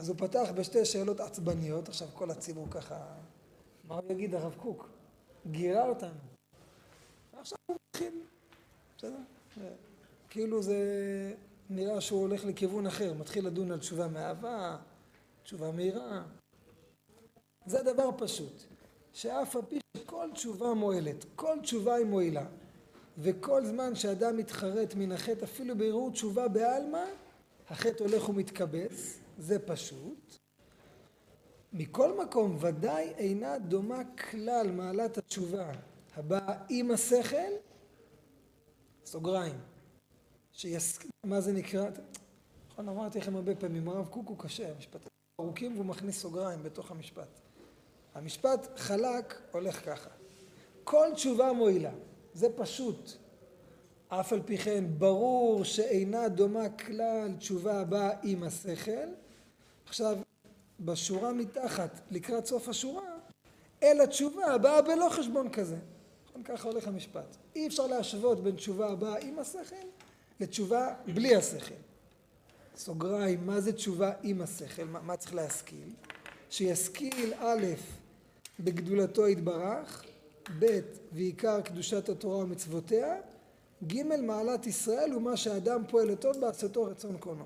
אז הוא פתח בשתי שאלות עצבניות, עכשיו כל הציבור ככה, מה הוא יגיד הרב קוק? גירה אותנו. ועכשיו הוא מתחיל, בסדר? כאילו זה נראה שהוא הולך לכיוון אחר, מתחיל לדון על תשובה מאהבה, תשובה מהירה. זה דבר פשוט, שאף על פי שכל תשובה מועלת, כל תשובה היא מועילה, וכל זמן שאדם מתחרט מן החטא, אפילו בערעור תשובה בעלמא, החטא הולך ומתקבץ, זה פשוט. מכל מקום ודאי אינה דומה כלל מעלת התשובה הבאה עם השכל, סוגריים, מה זה נקרא? נכון, אמרתי לכם הרבה פעמים, הרב קוק הוא קשה, המשפט ארוכים והוא מכניס סוגריים בתוך המשפט. המשפט חלק הולך ככה, כל תשובה מועילה, זה פשוט. אף על פי כן ברור שאינה דומה כלל תשובה הבאה עם השכל. עכשיו בשורה מתחת לקראת סוף השורה, אלא תשובה הבאה בלא חשבון כזה. נכון, ככה הולך המשפט. אי אפשר להשוות בין תשובה הבאה עם השכל לתשובה בלי השכל. סוגריים, מה זה תשובה עם השכל? מה צריך להשכיל? שישכיל א' בגדולתו יתברך, ב' ועיקר קדושת התורה ומצוותיה, ג' מעלת ישראל ומה שהאדם פועל לטוב בעשותו רצון קונו.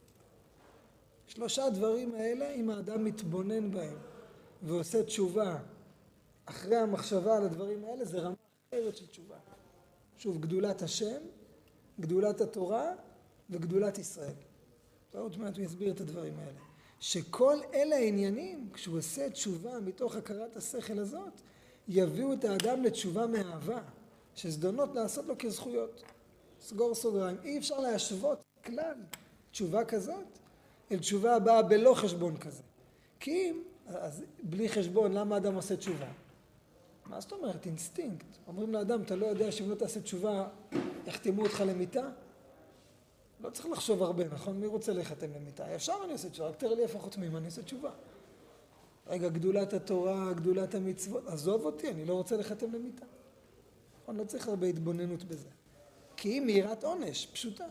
שלושה דברים האלה, אם האדם מתבונן בהם ועושה תשובה אחרי המחשבה על הדברים האלה, זה רמה אחרת של תשובה. שוב, גדולת השם, גדולת התורה וגדולת ישראל. עוד מעט הוא יסביר את הדברים האלה. שכל אלה העניינים, כשהוא עושה תשובה מתוך הכרת השכל הזאת, יביאו את האדם לתשובה מאהבה, שזדונות לעשות לו כזכויות. סגור סוגריים. אי אפשר להשוות כלל תשובה כזאת אל תשובה הבאה בלא חשבון כזה. כי אם, אז בלי חשבון, למה האדם עושה תשובה? מה זאת אומרת? אינסטינקט. אומרים לאדם, אתה לא יודע שאם לא תעשה תשובה, יחתימו אותך למיטה? לא צריך לחשוב הרבה, נכון? מי רוצה להיחתם למיטה? ישר אני עושה תשובה, רק תראה לי איפה חותמים, אני עושה תשובה. רגע, גדולת התורה, גדולת המצוות, עזוב אותי, אני לא רוצה להיחתם למיטה. נכון? לא צריך הרבה התבוננות בזה. כי היא מהירת עונש, פשוטה.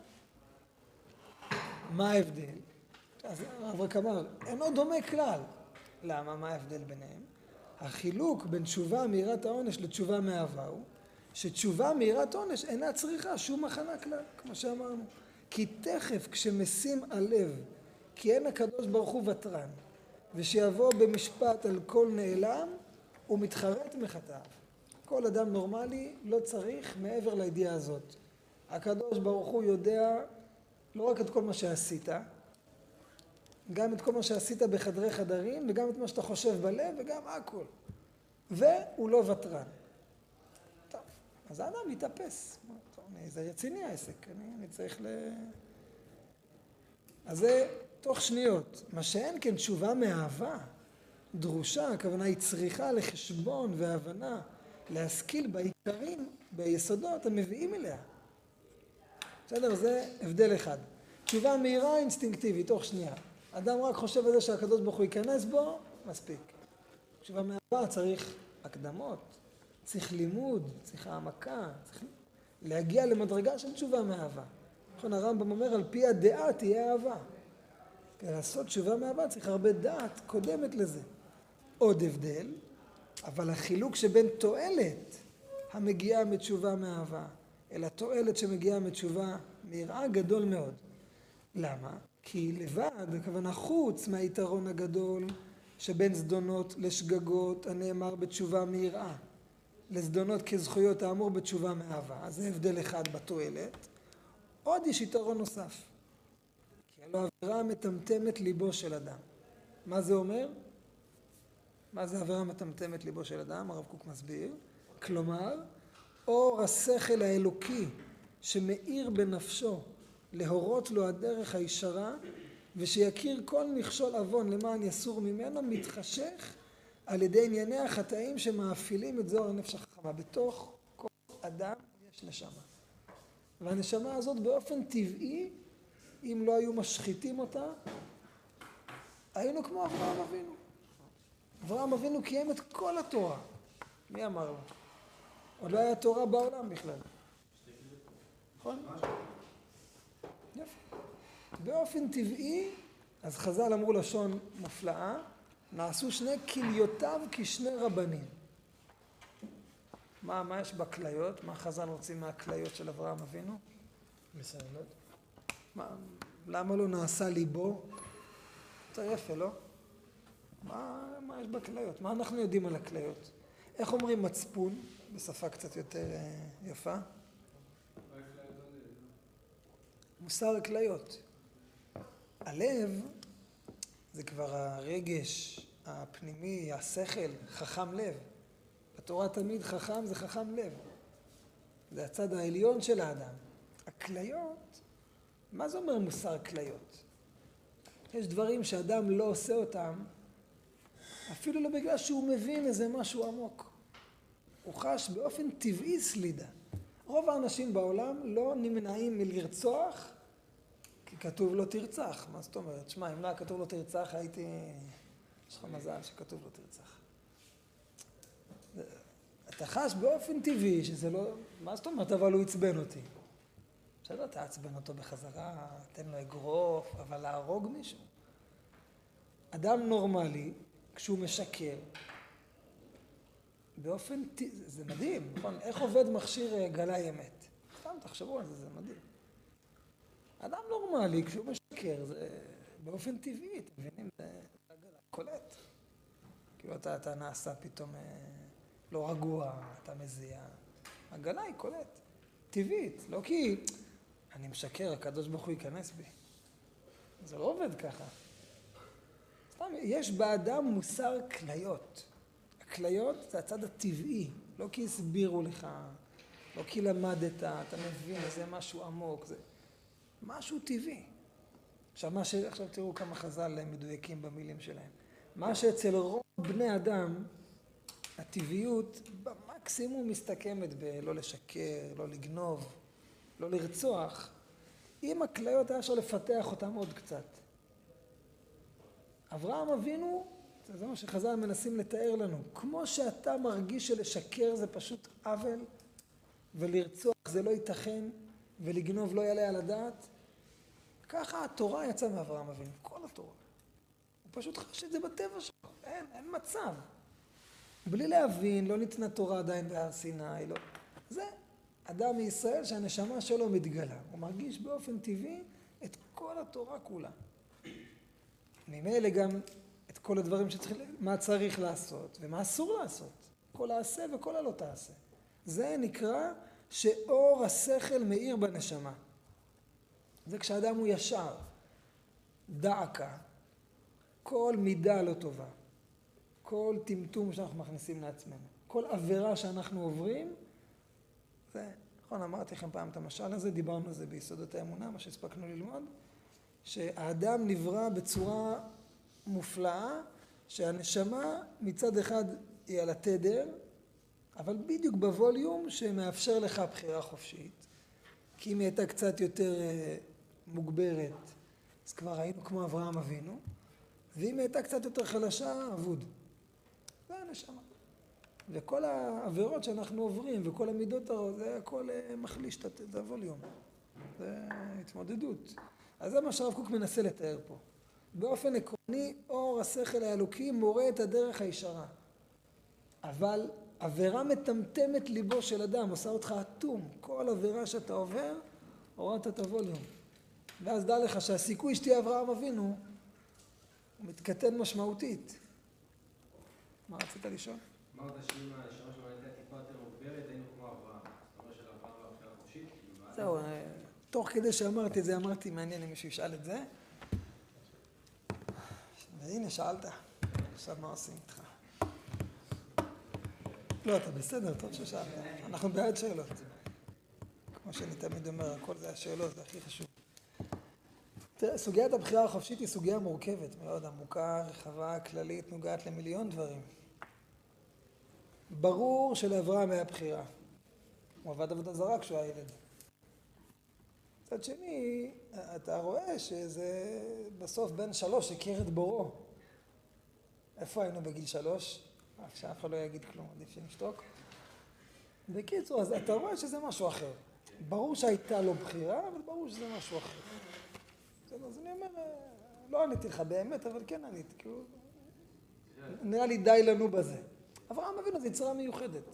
מה ההבדל? אז הרב רק אמר, אינו דומה כלל. למה? מה ההבדל ביניהם? החילוק בין תשובה מהירת העונש לתשובה מאהבה הוא, שתשובה מהירת עונש אינה צריכה שום הכנה כלל, כמו שאמרנו. כי תכף כשמשים הלב, כי אין הקדוש ברוך הוא ותרן, ושיבוא במשפט על כל נעלם, הוא מתחרט מחטאיו. כל אדם נורמלי לא צריך מעבר לידיעה הזאת. הקדוש ברוך הוא יודע לא רק את כל מה שעשית, גם את כל מה שעשית בחדרי חדרים, וגם את מה שאתה חושב בלב, וגם הכל. והוא לא ותרן. טוב, אז האדם מתאפס. טוב, זה רציני העסק, אני צריך אז זה תוך שניות. מה שאין כן תשובה מאהבה, דרושה, הכוונה היא צריכה לחשבון והבנה, להשכיל בעיקרים, ביסודות המביאים אליה. בסדר? זה הבדל אחד. תשובה מהירה אינסטינקטיבית, תוך שנייה. אדם רק חושב על זה שהקדוש ברוך הוא ייכנס בו, מספיק. תשובה מאהבה צריך הקדמות, צריך לימוד, צריך העמקה, צריך להגיע למדרגה של תשובה מאהבה. נכון, הרמב"ם אומר, על פי הדעה תהיה אהבה. כדי לעשות תשובה מאהבה צריך הרבה דעת קודמת לזה. עוד הבדל, אבל החילוק שבין תועלת המגיעה מתשובה מאהבה, אל התועלת שמגיעה מתשובה מיראה גדול מאוד. למה? כי לבד, הכוונה חוץ מהיתרון הגדול שבין זדונות לשגגות הנאמר בתשובה מיראה, לזדונות כזכויות האמור בתשובה מאהבה. אז זה הבדל אחד בתועלת. עוד יש יתרון נוסף. כי הלא עבירה מטמטמת ליבו של אדם. מה זה אומר? מה זה עבירה מטמטמת ליבו של אדם? הרב קוק מסביר. כלומר, אור השכל האלוקי שמאיר בנפשו להורות לו הדרך הישרה, ושיכיר כל מכשול עוון למען יסור ממנו, מתחשך על ידי ענייני החטאים שמאפילים את זוהר הנפש החכמה. בתוך כל אדם יש נשמה. והנשמה הזאת באופן טבעי, אם לא היו משחיתים אותה, היינו כמו אברהם אבינו. אברהם אבינו קיים את כל התורה. מי אמר לו? עוד לא היה תורה בעולם בכלל. נכון? יפה. באופן טבעי, אז חז"ל אמרו לשון מופלאה, נעשו שני כליותיו כשני רבנים. מה יש בכליות? מה חז"ל רוצים מהכליות של אברהם אבינו? מסיינות. למה לא נעשה ליבו? יותר יפה, לא? מה יש בכליות? מה אנחנו יודעים על הכליות? איך אומרים מצפון? בשפה קצת יותר יפה. מוסר הכליות. הלב זה כבר הרגש הפנימי, השכל, חכם לב. בתורה תמיד חכם זה חכם לב. זה הצד העליון של האדם. הכליות, מה זה אומר מוסר כליות? יש דברים שאדם לא עושה אותם, אפילו לא בגלל שהוא מבין איזה משהו עמוק. הוא חש באופן טבעי סלידה. רוב האנשים בעולם לא נמנעים מלרצוח, כי כתוב לא תרצח. מה זאת אומרת? שמע, אם לא היה כתוב לא תרצח, הייתי... יש לך מזל שכתוב לא תרצח. אתה חש באופן טבעי שזה לא... מה זאת אומרת? אבל הוא עצבן אותי. בסדר, תעצבן אותו בחזרה, תן לו אגרוף, אבל להרוג מישהו. אדם נורמלי, כשהוא משקר, באופן... זה מדהים, נכון? איך עובד מכשיר גלאי אמת? סתם, תחשבו על זה, זה מדהים. אדם נורמלי, כשהוא משקר, זה באופן טבעי, אתם מבינים? זה גלאי קולט. כאילו אתה נעשה פתאום לא רגוע, אתה מזיע. הגלאי קולט. טבעית, לא כי אני משקר, הקדוש ברוך הוא ייכנס בי. זה לא עובד ככה. סתם, יש באדם מוסר כליות. הכליות זה הצד הטבעי, לא כי הסבירו לך, לא כי למדת, אתה מבין, זה משהו עמוק, זה משהו טבעי. עכשיו תראו כמה חז"ל מדויקים במילים שלהם. מה שאצל רוב בני אדם, הטבעיות במקסימום מסתכמת בלא לשקר, לא לגנוב, לא לרצוח. עם הכליות היה אפשר לפתח אותם עוד קצת. אברהם אבינו, זה מה שחז"ל מנסים לתאר לנו, כמו שאתה מרגיש שלשקר זה פשוט עוול, ולרצוח זה לא ייתכן, ולגנוב לא יעלה על הדעת, ככה התורה יצאה מאברהם אבינו, כל התורה. הוא פשוט חש את זה בטבע שלו, אין מצב. בלי להבין, לא ניתנה תורה עדיין בהר סיני, לא. זה אדם מישראל שהנשמה שלו מתגלה. הוא מרגיש באופן טבעי את כל התורה כולה. ממילא גם את כל הדברים שצריך, מה צריך לעשות ומה אסור לעשות. כל העשה וכל הלא תעשה. זה נקרא שאור השכל מאיר בנשמה. זה כשאדם הוא ישר, דעקה, כל מידה לא טובה, כל טמטום שאנחנו מכניסים לעצמנו, כל עבירה שאנחנו עוברים, זה, נכון, אמרתי לכם פעם את המשל הזה, דיברנו על זה ביסודות האמונה, מה שהספקנו ללמוד, שהאדם נברא בצורה מופלאה, שהנשמה מצד אחד היא על התדר, אבל בדיוק בווליום שמאפשר לך בחירה חופשית, כי אם היא הייתה קצת יותר מוגברת, אז כבר היינו כמו אברהם אבינו, ואם היא הייתה קצת יותר חלשה, אבוד. זה הנשמה. וכל העבירות שאנחנו עוברים, וכל המידות הרעות, זה הכל מחליש את הווליום. זה התמודדות. אז זה מה שהרב קוק מנסה לתאר פה. באופן עקרוני, אור השכל האלוקי מורה את הדרך הישרה. אבל עבירה מטמטמת ליבו של אדם, עושה אותך אטום. כל עבירה שאתה עובר, הורדת את הווליום. ואז דע לך שהסיכוי שתהיה אברהם אבינו, הוא מתקטן משמעותית. מה רצית לשאול? אמרת שאם הנשמה שלנו הייתה טיפה יותר מוגברת, היינו כמו אברהם. זאת אומרת של אברהם והבחירה החופשית? זהו, תוך כדי שאמרתי את זה, אמרתי, מעניין אם מישהו ישאל את זה. והנה, שאלת. עכשיו מה עושים איתך? לא, אתה בסדר, טוב ששאלת. אנחנו בעד שאלות. כמו שאני תמיד אומר, הכל זה השאלות, זה הכי חשוב. תראה, סוגיית הבחירה החופשית היא סוגיה מורכבת, מאוד עמוקה, רחבה, כללית, נוגעת למיליון דברים. ברור שלאברהם היה בחירה. הוא עבד עבודה זרה כשהוא היה ילד. מצד שני, אתה רואה שזה בסוף בן 3 הכיר את בוראו. איפה היינו בגיל 3? שאף אחד לא יגיד כלום, עדיף שנשתוק. בקיצור, אז אתה רואה שזה משהו אחר. ברור שהייתה לו בחירה, אבל ברור שזה משהו אחר. אז אני אומר, לא עניתי לך באמת, אבל כן עניתי, כאילו, נראה לי די לנו בזה. אברהם אבינו זה יצירה מיוחדת.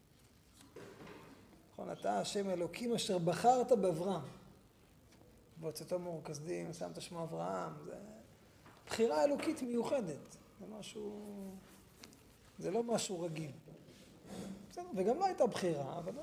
נכון, אתה השם אלוקים אשר בחרת באברהם. בהוצאתו מאור כסדים, שמת שמו אברהם, זה בחירה אלוקית מיוחדת. זה משהו, זה לא משהו רגיל. בסדר, וגם לא הייתה בחירה, אבל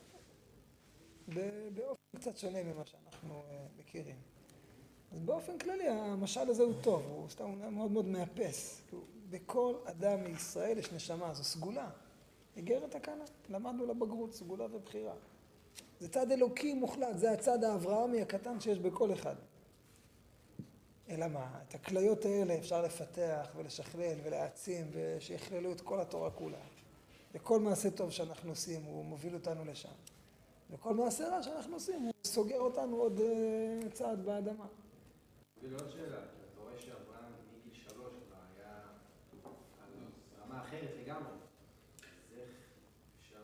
באופן קצת שונה ממה שאנחנו מכירים. אז באופן כללי המשל הזה הוא טוב, הוא סתם מאוד מאוד מאפס. בכל אדם מישראל יש נשמה, זו סגולה. איגרת הקנה, למדנו לבגרות, סגולה ובחירה. זה צד אלוקי מוחלט, זה הצד האברהמי הקטן שיש בכל אחד. אלא מה? את הכליות האלה אפשר לפתח ולשכלל ולהעצים ושיכללו את כל התורה כולה. וכל מעשה טוב שאנחנו עושים הוא מוביל אותנו לשם. וכל מעשה רע שאנחנו עושים הוא סוגר אותנו עוד צעד באדמה. ולעוד שאלה, אתה רואה שאברהם מגיל 3 כבר היה על רמה אחרת לגמרי. אז איך אפשר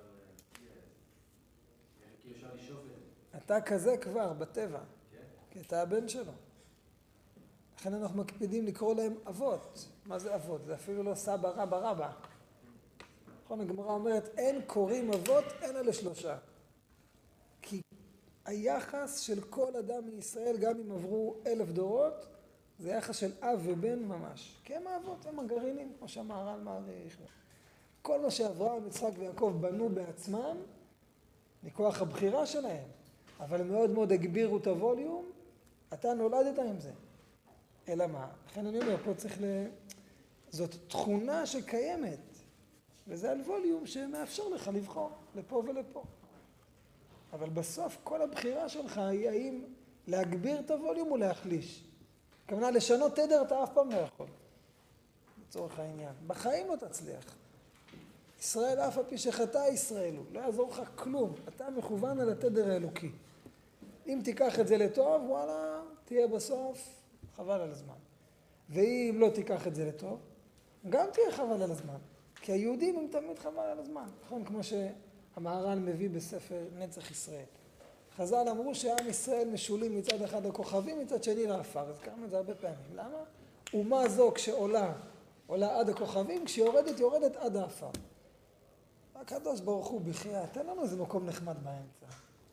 לשאוף את זה? אתה כזה כבר בטבע, כן? כי אתה הבן שלו. לכן אנחנו מקפידים לקרוא להם אבות. מה זה אבות? זה אפילו לא סבא רבא רבא. נכון, הגמרא אומרת, אין קוראים אבות אלא לשלושה. כי היחס של כל אדם מישראל, גם אם עברו 1000 דורות, זה יחס של אב ובן ממש. כי הם האבות, הם הגרעינים, כמו שהמהר"ל מעריך. כל מה שאברהם, יצחק ויעקב בנו בעצמם, מכוח הבחירה שלהם, אבל הם מאוד מאוד הגבירו את הווליום, אתה נולדת עם זה. אלא מה? לכן אני אומר, פה צריך זאת תכונה שקיימת, וזה על ווליום שמאפשר לך לבחור לפה ולפה. אבל בסוף כל הבחירה שלך היא האם להגביר את הווליום או להחליש. כמובן, לשנות תדר אתה אף פעם לא יכול, לצורך העניין. בחיים לא תצליח. ישראל אף על פי שחטא ישראל הוא, לא יעזור לך כלום. אתה מכוון על התדר האלוקי. אם תיקח את זה לטוב, וואלה, תהיה בסוף חבל על הזמן. ואם לא תיקח את זה לטוב, גם תהיה חבל על הזמן. כי היהודים הם תמיד חבל על הזמן. נכון? כמו שהמהר"ל מביא בספר נצח ישראל. חז"ל אמרו שעם ישראל משולים מצד אחד לכוכבים, מצד שני לעפר. אז קראנו את זה הרבה פעמים. למה? אומה זו כשעולה, עולה עד הכוכבים, כשיורדת, יורדת עד העפר. הקדוש ברוך הוא בחייאת, תן לנו איזה מקום נחמד באמצע.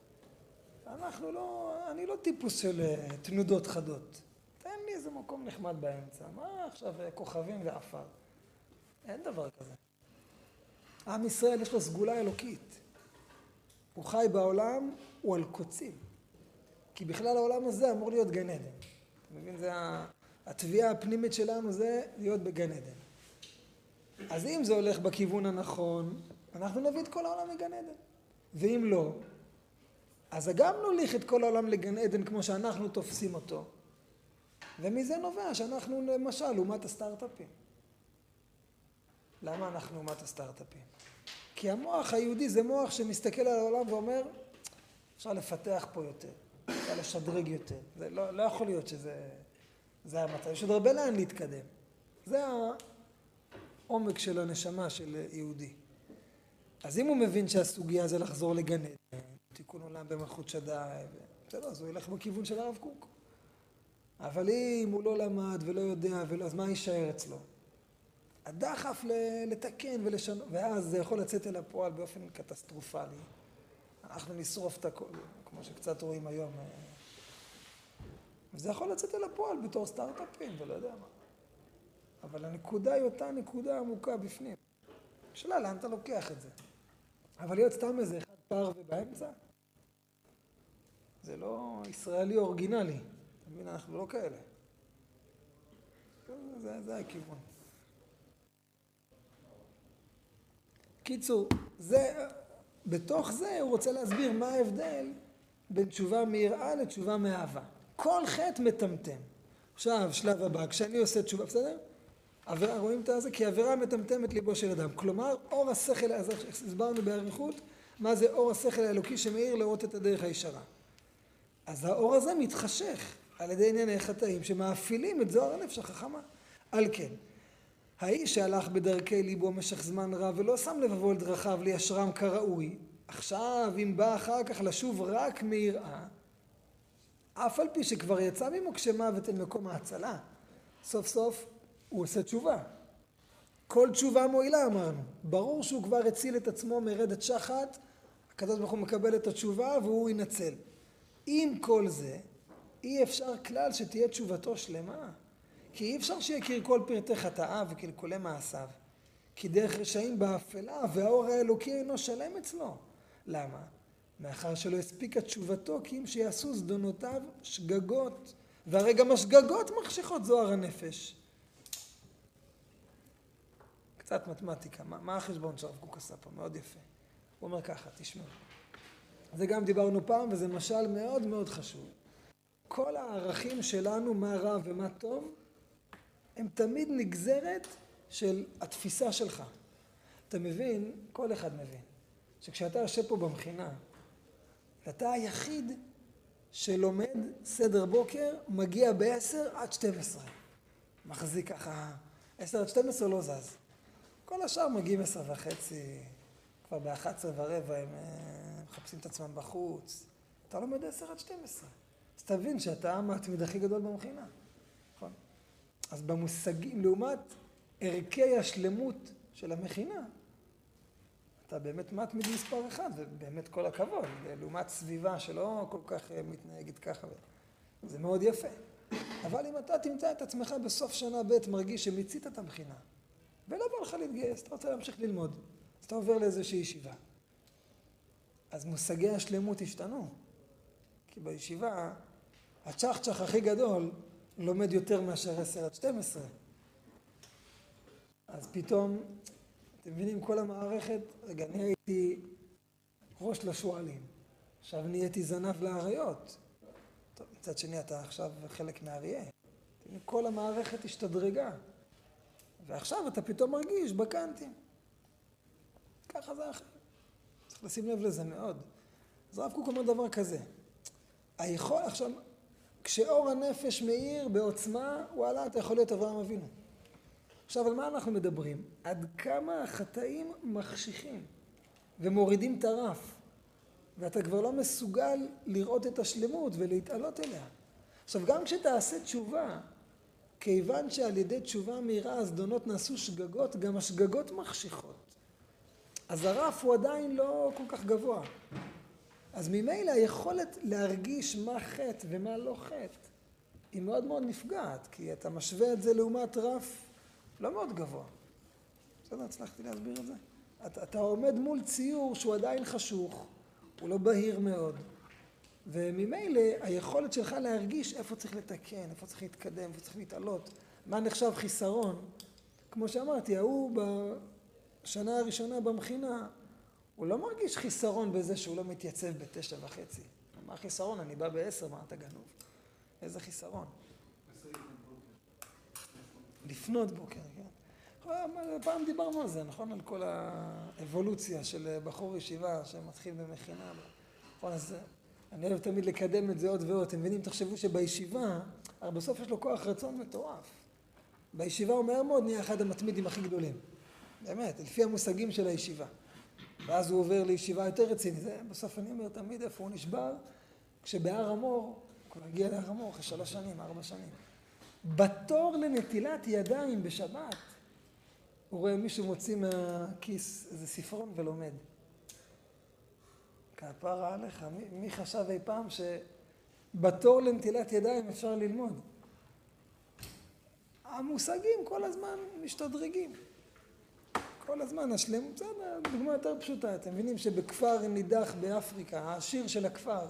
אני לא טיפוס של תנודות חדות. תן לי איזה מקום נחמד באמצע. מה עכשיו כוכבים ועפר? אין דבר כזה. עם ישראל יש לו סגולה אלוקית. הוא חי בעולם, הוא על קוצים. כי בכלל העולם הזה אמור להיות גן עדן. אתה מבין? זה התביעה הפנימית שלנו זה להיות בגן עדן. אז אם זה הולך בכיוון הנכון, אנחנו נביא את כל העולם לגן עדן. ואם לא, אז גם נוליך את כל העולם לגן עדן כמו שאנחנו תופסים אותו. ומזה נובע שאנחנו למשל אומת הסטארט-אפים. למה אנחנו אומת הסטארט-אפים? כי המוח היהודי זה מוח שמסתכל על העולם ואומר, אפשר לפתח פה יותר, אפשר לשדרג יותר. זה לא יכול להיות שזה המצב. יש עוד הרבה לאן להתקדם. זה העומק של הנשמה של יהודי. אז אם הוא מבין שהסוגיה זה לחזור לגן עדן, תיקון עולם במלכות שדי, בסדר, אז הוא ילך בכיוון של הרב קוק. אבל אם הוא לא למד ולא יודע, אז מה יישאר אצלו? הדחף לתקן ולשנות, ואז זה יכול לצאת אל הפועל באופן קטסטרופלי. אנחנו נשרוף את הכל, כמו שקצת רואים היום. וזה יכול לצאת אל הפועל בתור סטארט-אפים, ולא יודע מה. אבל הנקודה היא אותה נקודה עמוקה בפנים. שאלה, לאן אתה לוקח את זה? אבל להיות סתם איזה אחד פער ובאמצע? זה לא ישראלי אורגינלי. אתה מבין, אנחנו לא כאלה. זה הכיוון. קיצור, בתוך זה הוא רוצה להסביר מה ההבדל בין תשובה מיראה לתשובה מאהבה. כל חטא מטמטם. עכשיו, שלב הבא, כשאני עושה תשובה, בסדר? רואים את זה? כי עבירה מטמטמת ליבו של אדם. כלומר, אור השכל, אז הסברנו באריכות, מה זה אור השכל האלוקי שמאיר לראות את הדרך הישרה. אז האור הזה מתחשך על ידי ענייני חטאים שמאפילים את זוהר הנפש החכמה. על כן, האיש שהלך בדרכי ליבו משך זמן רב ולא שם לבבו אל דרכיו לישרם כראוי, עכשיו אם בא אחר כך לשוב רק מיראה, אף על פי שכבר יצא ממוקשי מוות אל מקום ההצלה, סוף סוף הוא עושה תשובה. כל תשובה מועילה אמרנו. ברור שהוא כבר הציל את עצמו מרדת שחת, הקדוש ברוך הוא מקבל את התשובה והוא ינצל. עם כל זה, אי אפשר כלל שתהיה תשובתו שלמה. כי אי אפשר שיכיר כל פרטי חטאיו וקלקולי מעשיו. כי דרך רשעים באפלה והאור האלוקי אינו שלם אצלו. למה? מאחר שלא הספיקה תשובתו כי אם שיעשו זדונותיו שגגות. והרי גם השגגות מחשיכות זוהר הנפש. קצת מתמטיקה. מה החשבון שהרב קוק עשה פה? מאוד יפה. הוא אומר ככה, תשמעו. זה גם דיברנו פעם וזה משל מאוד מאוד חשוב. כל הערכים שלנו, מה רע ומה טוב, הם תמיד נגזרת של התפיסה שלך. אתה מבין, כל אחד מבין, שכשאתה יושב פה במכינה, אתה היחיד שלומד סדר בוקר, מגיע ב-10 עד 12. מחזיק ככה, 10 עד 12 לא זז. כל השאר מגיעים 10:30, כבר ב-11:15 הם מחפשים את עצמם בחוץ. אתה לומד 10 עד 12. אז תבין שאתה המתמיד הכי גדול במכינה. נכון? אז במושגים, לעומת ערכי השלמות של המכינה, אתה באמת מתמיד מספר אחד, ובאמת כל הכבוד, לעומת סביבה שלא כל כך מתנהגת ככה. זה מאוד יפה. אבל אם אתה תמצא את עצמך בסוף שנה ב' מרגיש שמיצית את המכינה, ולא בא לך להתגייס, אתה רוצה להמשיך ללמוד, אז אתה עובר לאיזושהי ישיבה. אז מושגי השלמות השתנו. כי בישיבה, הצ'חצ'ח הכי גדול לומד יותר מאשר 10 עד 12. אז פתאום, אתם מבינים, כל המערכת, רגע, אני הייתי ראש לשואלים, עכשיו נהייתי זנב לאריות. טוב, מצד שני, אתה עכשיו חלק מהאריה. כל המערכת השתדרגה. ועכשיו אתה פתאום מרגיש בקנטים. ככה זה אחר. צריך לשים לב לזה מאוד. אז הרב קוק אומר דבר כזה. עכשיו, כשאור הנפש מאיר בעוצמה, וואלה, אתה יכול להיות אברהם אבינו. עכשיו, על מה אנחנו מדברים? עד כמה החטאים מחשיכים ומורידים את הרף, ואתה כבר לא מסוגל לראות את השלמות ולהתעלות אליה. עכשיו, גם כשתעשה תשובה, כיוון שעל ידי תשובה מהירה הזדונות נעשו שגגות, גם השגגות מחשיכות. אז הרף הוא עדיין לא כל כך גבוה. אז ממילא היכולת להרגיש מה חטא ומה לא חטא, היא מאוד מאוד נפגעת, כי אתה משווה את זה לעומת רף לא מאוד גבוה. בסדר, הצלחתי להסביר את זה? אתה עומד מול ציור שהוא עדיין חשוך, הוא לא בהיר מאוד, וממילא היכולת שלך להרגיש איפה צריך לתקן, איפה צריך להתקדם, איפה צריך להתעלות, מה נחשב חיסרון. כמו שאמרתי, ההוא בשנה הראשונה במכינה, הוא לא מרגיש חיסרון בזה שהוא לא מתייצב ב9:30. מה חיסרון? אני בא ב10, מה אתה גנוב? איזה חיסרון? לפנות בוקר, כן. פעם דיברנו על זה, נכון? על כל האבולוציה של בחור ישיבה שמתחיל במכינה. נכון, אז אני אוהב תמיד לקדם את זה עוד ועוד. אתם מבינים, תחשבו שבישיבה, הרי בסוף יש לו כוח רצון מטורף. בישיבה הוא מהר מאוד נהיה אחד המתמידים הכי גדולים. באמת, לפי המושגים של הישיבה. ואז הוא עובר לישיבה יותר רצינית. בסוף אני אומר תמיד איפה הוא נשבר, כשבהר המור, הוא הגיע להר המור אחרי 3 שנים, 4 שנים. בתור לנטילת ידיים בשבת, הוא רואה מישהו מוציא מהכיס איזה ספרון ולומד. כפרה עליך, מי חשב אי פעם שבתור לנטילת ידיים אפשר ללמוד? המושגים כל הזמן משתדרגים. כל הזמן השלמות, זה דוגמה יותר פשוטה. אתם מבינים שבכפר נידח באפריקה, העשיר של הכפר,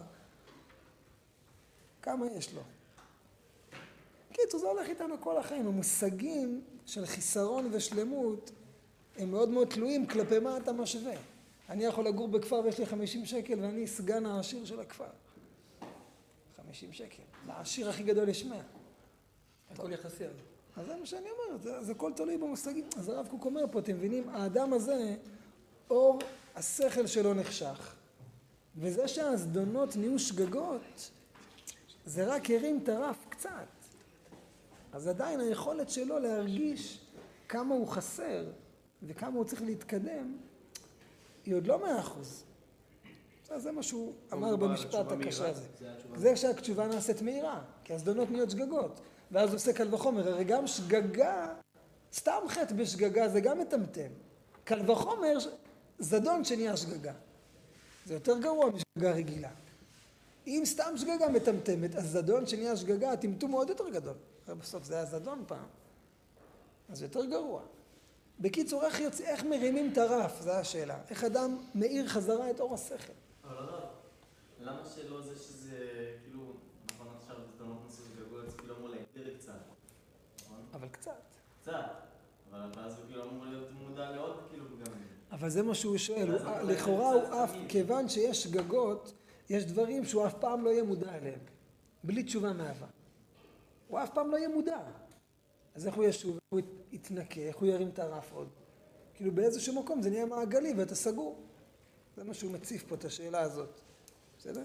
כמה יש לו? קיצור, זה הולך איתנו כל החיים. המושגים של חיסרון ושלמות הם מאוד מאוד תלויים כלפי מה אתה משווה. אני יכול לגור בכפר ויש לי 50 שקל ואני סגן העשיר של הכפר. 50 שקל. לעשיר הכי גדול יש 100. הכל יחסי. אז זה מה שאני אומר, זה הכל תלוי במושגים. אז הרב קוק אומר פה, אתם מבינים, האדם הזה, אור השכל שלו נחשך, וזה שהזדונות נהיו שגגות, זה רק הרים את הרף קצת. אז עדיין היכולת שלו להרגיש כמה הוא חסר וכמה הוא צריך להתקדם, היא עוד לא 100%. זה מה שהוא אמר במשפט הקשה הזה. זה כשהתשובה נעשית מהירה, כי הזדונות נהיות שגגות. ואז הוא עושה קל וחומר. הרי גם שגגה, סתם חטא בשגגה זה גם מטמטם. קל וחומר, זדון שנהיה שגגה. זה יותר גרוע משגגה רגילה. אם סתם שגגה מטמטמת, אז זדון שנהיה שגגה, הטמטום מאוד יותר גדול. בסוף זה היה זדון פעם. אז זה יותר גרוע. בקיצור, איך מרימים את הרף? זו השאלה. איך אדם מאיר חזרה את אור השכל? אבל הרב, למה שלא זה שזה, כאילו, נכון עכשיו בזדונות נושא גגות, כאילו אמור להגדיר קצת, נכון? אבל קצת. קצת, אבל אז הוא כאילו אמור להיות מודע לעוד כאילו פגמים. אבל זה מה שהוא שואל. לכאורה הוא אף, כיוון שיש שגגות, יש דברים שהוא אף פעם לא יהיה מודע אליהם. בלי תשובה מאהבה. הוא אף פעם לא יהיה מודע. אז איך הוא ישוב, איך הוא יתנקה, איך הוא ירים את הרף עוד? כאילו באיזשהו מקום זה נהיה מעגלי ואתה סגור. זה מה שהוא מציף פה את השאלה הזאת. בסדר?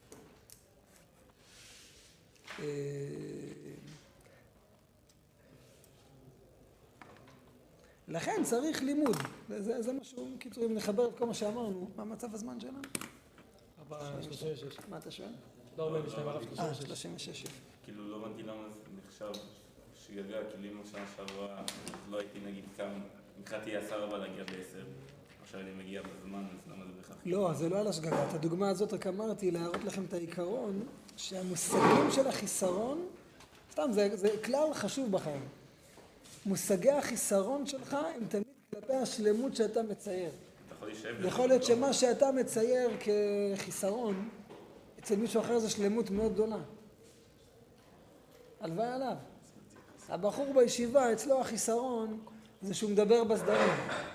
לכן צריך לימוד. זה מה שהוא, קיצור, אם נחבר את כל מה שאמרנו, מה מצב הזמן שלנו? 36. מה אתה שואל? לא 42, הרב 36. 36. כאילו לא הבנתי למה זה נחשב שגגה, כאילו אם השנה שעברה לא הייתי נגיד קם, מבחינתי 10 להגיע ב10, עכשיו אני מגיע בזמן, אז למה זה בכך? לא, זה לא על השגגה. את הדוגמה הזאת רק אמרתי להראות לכם את העיקרון שהמושגים של החיסרון, סתם, זה כלל חשוב בחיים. מושגי החיסרון שלך הם תמיד כלפי השלמות שאתה מצייר. אתה יכול להישאב יכול להיות שמה שאתה מצייר כחיסרון, אצל מישהו אחר זה שלמות מאוד גדולה. הלוואי עליו. הבחור בישיבה, אצלו החיסרון, זה שהוא מדבר בסדרים.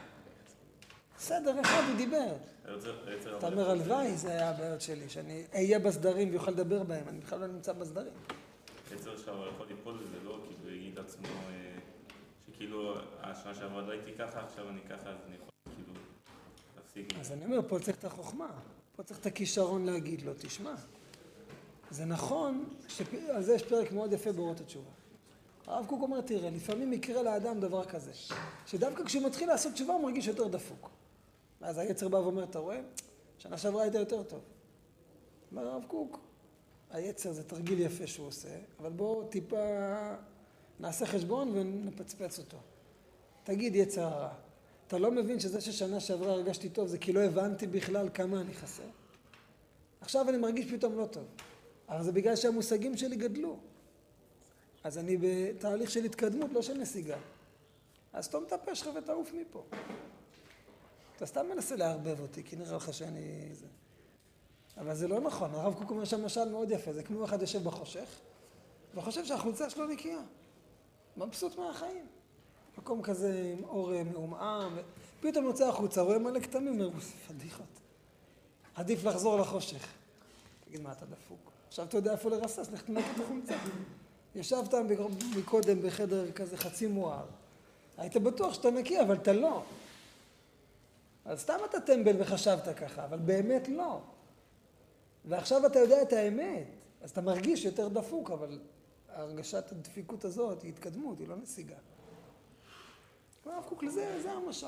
בסדר, אחד הוא דיבר. אתה אומר, הלוואי, זה היה הבעיות שלי, שאני אהיה בסדרים ויוכל לדבר בהם, אני בכלל לא נמצא בסדרים. יצר עכשיו יכול ליפול לזה, לא? כאילו יגיד עצמו שכאילו השנה שעברה לא הייתי ככה, עכשיו אני ככה, אז אני יכול כאילו להפסיק. אז אני אומר, פה צריך את החוכמה, פה צריך את הכישרון להגיד לו, תשמע. זה נכון, על זה יש פרק מאוד יפה באורות התשובה. הרב קוק אומר, תראה, לפעמים יקרה לאדם דבר כזה, שדווקא כשהוא מתחיל לעשות תשובה הוא מרגיש יותר דפוק. אז היצר בא ואומר, אתה רואה? שנה שעברה הייתה יותר טוב. אומר הרב קוק, היצר זה תרגיל יפה שהוא עושה, אבל בואו טיפה נעשה חשבון ונפצפץ אותו. תגיד יצר הרע, אתה לא מבין שזה ששנה שעברה הרגשתי טוב זה כי לא הבנתי בכלל כמה אני חסר? עכשיו אני מרגיש פתאום לא טוב. אבל זה בגלל שהמושגים שלי גדלו. אז אני בתהליך של התקדמות, לא של נסיגה. אז תום את הפה שלך ותעוף מפה. אתה סתם מנסה להרבב אותי, כי נראה לך שאני... אבל זה לא נכון. הרב קוק אומר שם משל מאוד יפה. זה כמו אחד יושב בחושך, וחושב שהחולצה שלו נקייה. מבסוט מהחיים. מקום כזה עם אור מעומעם. פתאום יוצא החוצה, רואה מלא כתמים, אומר, פדיחות. עדיף לחזור לחושך. תגיד, מה אתה דפוק? עכשיו אתה יודע איפה לרסס, לך תנק את החולצה. ישבת מקודם בחדר כזה חצי מואר. היית בטוח שאתה נקי, אבל אתה לא. אז סתם אתה טמבל וחשבת ככה, אבל באמת לא. ועכשיו אתה יודע את האמת, אז אתה מרגיש יותר דפוק, אבל הרגשת הדפיקות הזאת היא התקדמות, היא לא נסיגה. הרב קוק לזה, זה המשל.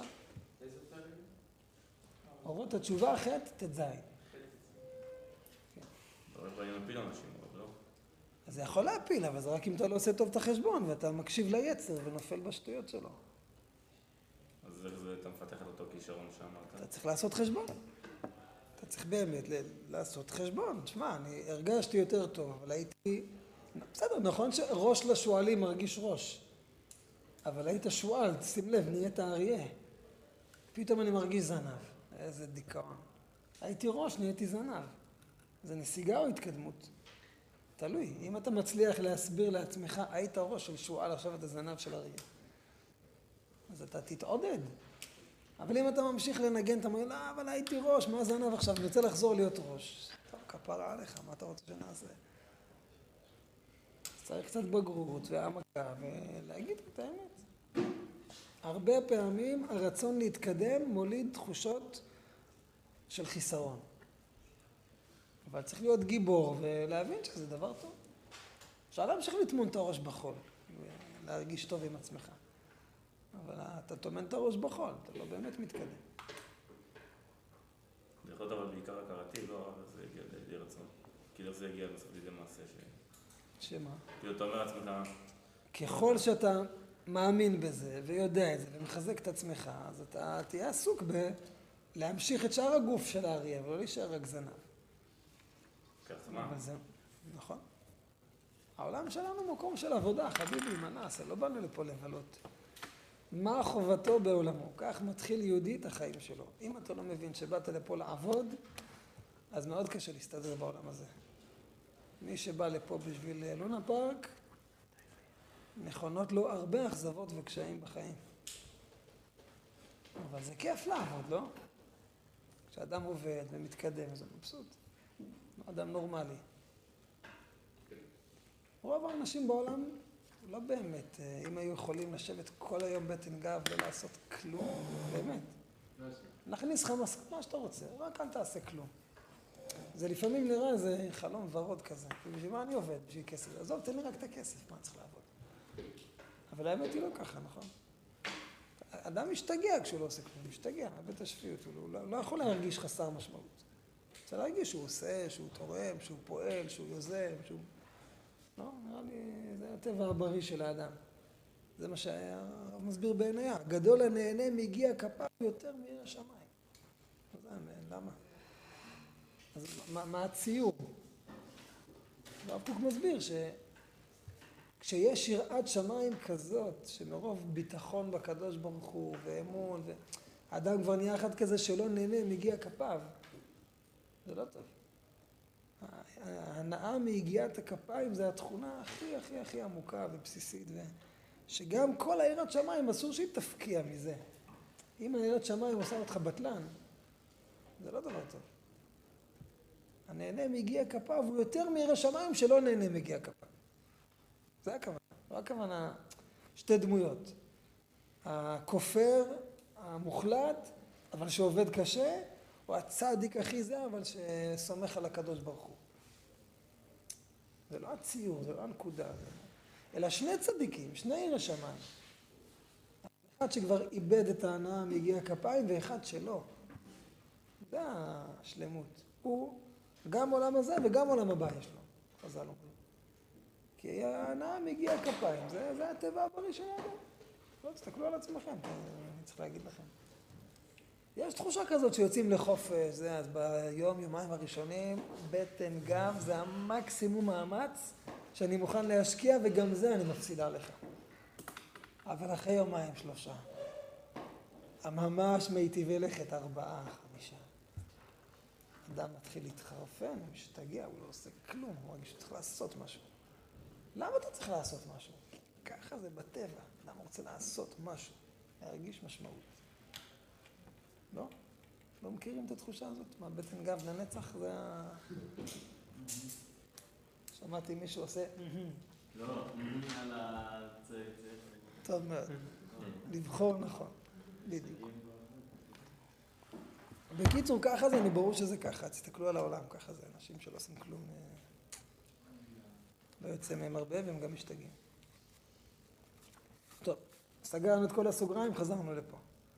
אורות התשובה ח' ט"ז. אני מפיל אנשים, לא? אז זה יכול להפיל, אבל זה רק אם אתה לא עושה טוב את החשבון, ואתה מקשיב ליצר ונופל בשטויות שלו. אז איך זה, אתה מפתח את אותו כישרון שאמרת? אתה צריך לעשות חשבון. אתה צריך באמת לעשות חשבון. תשמע, אני הרגשתי יותר טוב, אבל הייתי... בסדר, נכון שראש לשועלים מרגיש ראש. אבל היית שועל, שים לב, נהיית אריה. פתאום אני מרגיש זנב. איזה דיכאון. הייתי ראש, נהייתי זנב. זה נסיגה או התקדמות? תלוי. אם אתה מצליח להסביר לעצמך, היית ראש של שועל, עכשיו אתה זנב של אריה. אז אתה תתעודד. אבל אם אתה ממשיך לנגן, אתה אומר, לא, אבל הייתי ראש, מה זנב עכשיו? אני רוצה לחזור להיות ראש. טוב, כפרה עליך, מה אתה רוצה שנעשה? צריך קצת בגרות והעמקה ולהגיד את האמת. הרבה פעמים הרצון להתקדם מוליד תחושות של חיסרון. אבל צריך להיות גיבור ולהבין שזה דבר טוב. אפשר להמשיך לטמון את הראש בחול, להרגיש טוב עם עצמך. אבל אתה טומן את הראש בחול, אתה לא באמת מתקדם. זה יכול להיות אבל בעיקר הכרתי, לא, אבל זה הגיע לידי רצון. כאילו זה הגיע בסוף לידי מעשה ש... שמה? כאילו אתה אומר לעצמך, ככל שאתה מאמין בזה ויודע את זה ומחזק את עצמך, אז אתה תהיה עסוק להמשיך את שאר הגוף של האריה ולא להישאר רק זנב. אבל זה נכון. העולם שלנו מקום של עבודה, חביבי, מה נעשה? לא באנו לפה לבלות. מה חובתו בעולמו? כך מתחיל יהודי את החיים שלו. אם אתה לא מבין שבאת לפה לעבוד, אז מאוד קשה להסתדר בעולם הזה. מי שבא לפה בשביל לונה פארק, נכונות לו הרבה אכזבות וקשיים בחיים. אבל זה כיף לעבוד, לא? כשאדם עובד ומתקדם, זה מבסוט. אדם נורמלי. רוב האנשים בעולם לא באמת, אם היו יכולים לשבת כל היום בטן גב ולעשות כלום, באמת. נכניס לך מה שאתה רוצה, רק אל תעשה כלום. זה לפעמים נראה איזה חלום ורוד כזה. בשביל מה אני עובד? בשביל כסף. עזוב, תן לי רק את הכסף, מה צריך לעבוד? אבל האמת היא לא ככה, נכון? אדם משתגע כשהוא לא עושה כלום, משתגע, מאבד את השפיות, הוא לא יכול להרגיש חסר משמעות. צריך להרגיש שהוא עושה, שהוא תורם, שהוא פועל, שהוא יוזם, שהוא... לא, נראה לי, זה הטבע הבריא של האדם. זה מה שהרב מסביר בעינייה. גדול הנהנה מגיע כפיו יותר מעיר השמיים. למה? אז מה הציור? הרב קוק מסביר כשיש יראת שמיים כזאת, שמרוב ביטחון בקדוש ברוך הוא ואמון, האדם כבר נהיה אחד כזה שלא נהנה מגיע כפיו, זה לא טוב. ההנאה מיגיעת הכפיים זה התכונה הכי הכי הכי עמוקה ובסיסית, שגם כל היראת שמיים אסור שהיא תפקיע מזה. אם היראת שמיים עושה אותך בטלן, זה לא דבר טוב. הנהנה מגיע כפיו הוא יותר מירא שמיים שלא נהנה מגיע כפיו. זה הכוונה. לא הכוונה, שתי דמויות. הכופר המוחלט, אבל שעובד קשה, או הצדיק הכי זה, אבל שסומך על הקדוש ברוך הוא. זה לא הציור, זה לא הנקודה. אלא שני צדיקים, שני ירא שמיים. אחד שכבר איבד את ההנאה מיגיע כפיים, ואחד שלא. זה השלמות. הוא גם עולם הזה וגם עולם הבא יש לו. חז"ל אומרים. כי ההנאה מגיע כפיים, זה הטבע הבריא של האדם. לא, תסתכלו על עצמכם, אני צריך להגיד לכם. יש תחושה כזאת שיוצאים לחופש, אז ביום, יומיים הראשונים, בטן גב, זה המקסימום מאמץ שאני מוכן להשקיע, וגם זה אני מפסידה לך. אבל אחרי יומיים, 3, ממש מיטיבי לכת 4, 5. אדם מתחיל להתחרפן, הוא משתגע, הוא לא עושה כלום, הוא מרגיש שצריך לעשות משהו. למה אתה צריך לעשות משהו? ככה זה בטבע, אדם רוצה לעשות משהו, להרגיש משמעות. לא? לא מכירים את התחושה הזאת? מה, בטן גב לנצח זה ה... שמעתי מישהו עושה... לא, על הצד. טוב מאוד. לבחור נכון. בדיוק. בקיצור, ככה זה, אני ברור שזה ככה. תסתכלו על העולם, ככה זה. אנשים שלא עושים כלום, לא יוצא מהם הרבה והם גם משתגעים. טוב, סגרנו את כל הסוגריים, חזרנו לפה.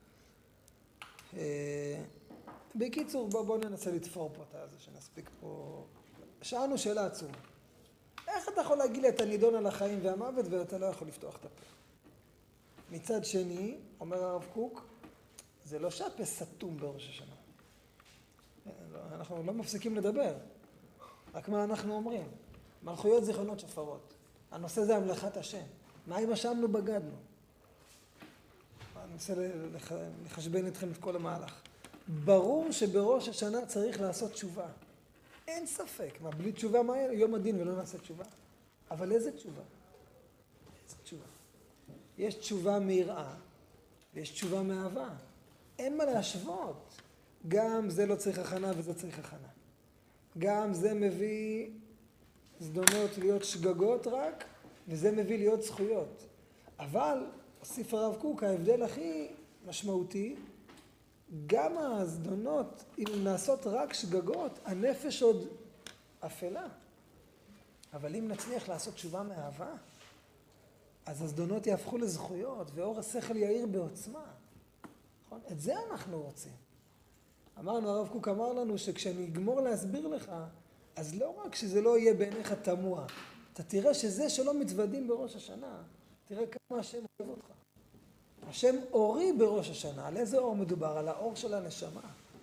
בקיצור, בואו ננסה לתפור פה את הזה, שנספיק פה. שאלנו שאלה עצומה. איך אתה יכול להגיד לי את הנידון על החיים והמוות ואתה לא יכול לפתוח את הפה? מצד שני, אומר הרב קוק, זה לא שהפה סתום בראש השנה. אנחנו לא מפסיקים לדבר. רק מה אנחנו אומרים? מלכויות זיכרונות שופרות. הנושא זה המלאכת השם. מה אם אשמנו בגדנו? אני רוצה לחשבן אתכם את כל המהלך. ברור שבראש השנה צריך לעשות תשובה. אין ספק. מה, בלי תשובה מה יהיה? יום הדין ולא נעשה תשובה. אבל איזה תשובה? איזה תשובה? יש תשובה מיראה ויש תשובה מאהבה. אין מה להשוות. גם זה לא צריך הכנה וזה צריך הכנה. גם זה מביא זדונות להיות שגגות רק, וזה מביא להיות זכויות. אבל, הוסיף הרב קוק, ההבדל הכי משמעותי, גם הזדונות, אם נעשות רק שגגות, הנפש עוד אפלה. אבל אם נצליח לעשות תשובה מאהבה, אז הזדונות יהפכו לזכויות, ואור השכל יאיר בעוצמה. נכון? את זה אנחנו רוצים. אמרנו, הרב קוק אמר לנו שכשאני אגמור להסביר לך, אז לא רק שזה לא יהיה בעיניך תמוה, אתה תראה שזה שלא מתוודים בראש השנה, תראה כמה השם אוהב אותך. השם אורי בראש השנה. על איזה אור מדובר? על האור של הנשמה.